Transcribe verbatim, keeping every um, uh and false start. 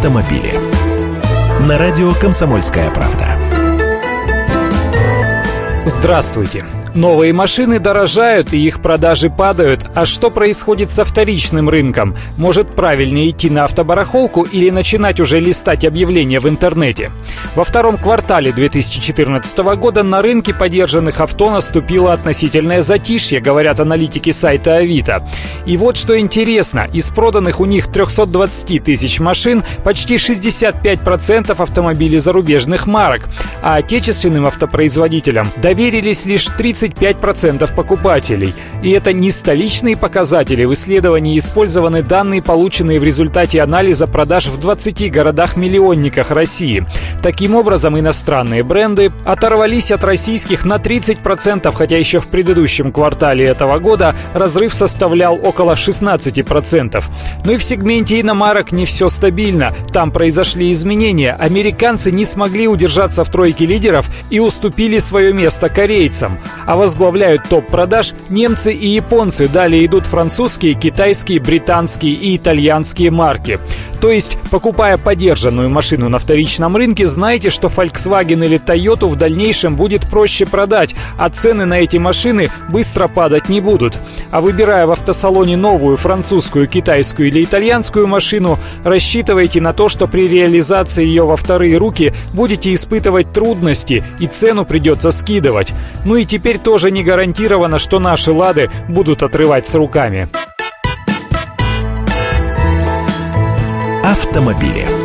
автомобили. На радио «Комсомольская правда». Здравствуйте. Новые машины дорожают и их продажи падают. А что происходит со вторичным рынком? Может, правильнее идти на автобарахолку или начинать уже листать объявления в интернете? Во втором квартале две тысячи четырнадцатого года на рынке подержанных авто наступило относительное затишье, говорят аналитики сайта Авито. И вот что интересно, из проданных у них триста двадцать тысяч машин почти шестьдесят пять процентов автомобилей зарубежных марок, а отечественным автопроизводителям доверились лишь тридцать пять процентов покупателей. И это не столичные показатели. В исследовании использованы данные, полученные в результате анализа продаж в двадцати городах-миллионниках России. Таким образом, иностранные бренды оторвались от российских на тридцать процентов, хотя еще в предыдущем квартале этого года разрыв составлял около шестнадцать процентов. Но и в сегменте иномарок не все стабильно. Там произошли изменения. Американцы не смогли удержаться в тройке лидеров и уступили свое место корейцам. А возглавляют топ-продаж немцы и японцы. Далее идут французские, китайские, британские и итальянские марки. То есть, покупая подержанную машину на вторичном рынке, знайте, что Volkswagen или Toyota в дальнейшем будет проще продать, а цены на эти машины быстро падать не будут. А выбирая в автосалоне новую французскую, китайскую или итальянскую машину, рассчитывайте на то, что при реализации ее во вторые руки будете испытывать трудности и цену придется скидывать. Ну и теперь тоже не гарантировано, что наши «Лады» будут отрывать с руками. Автомобили.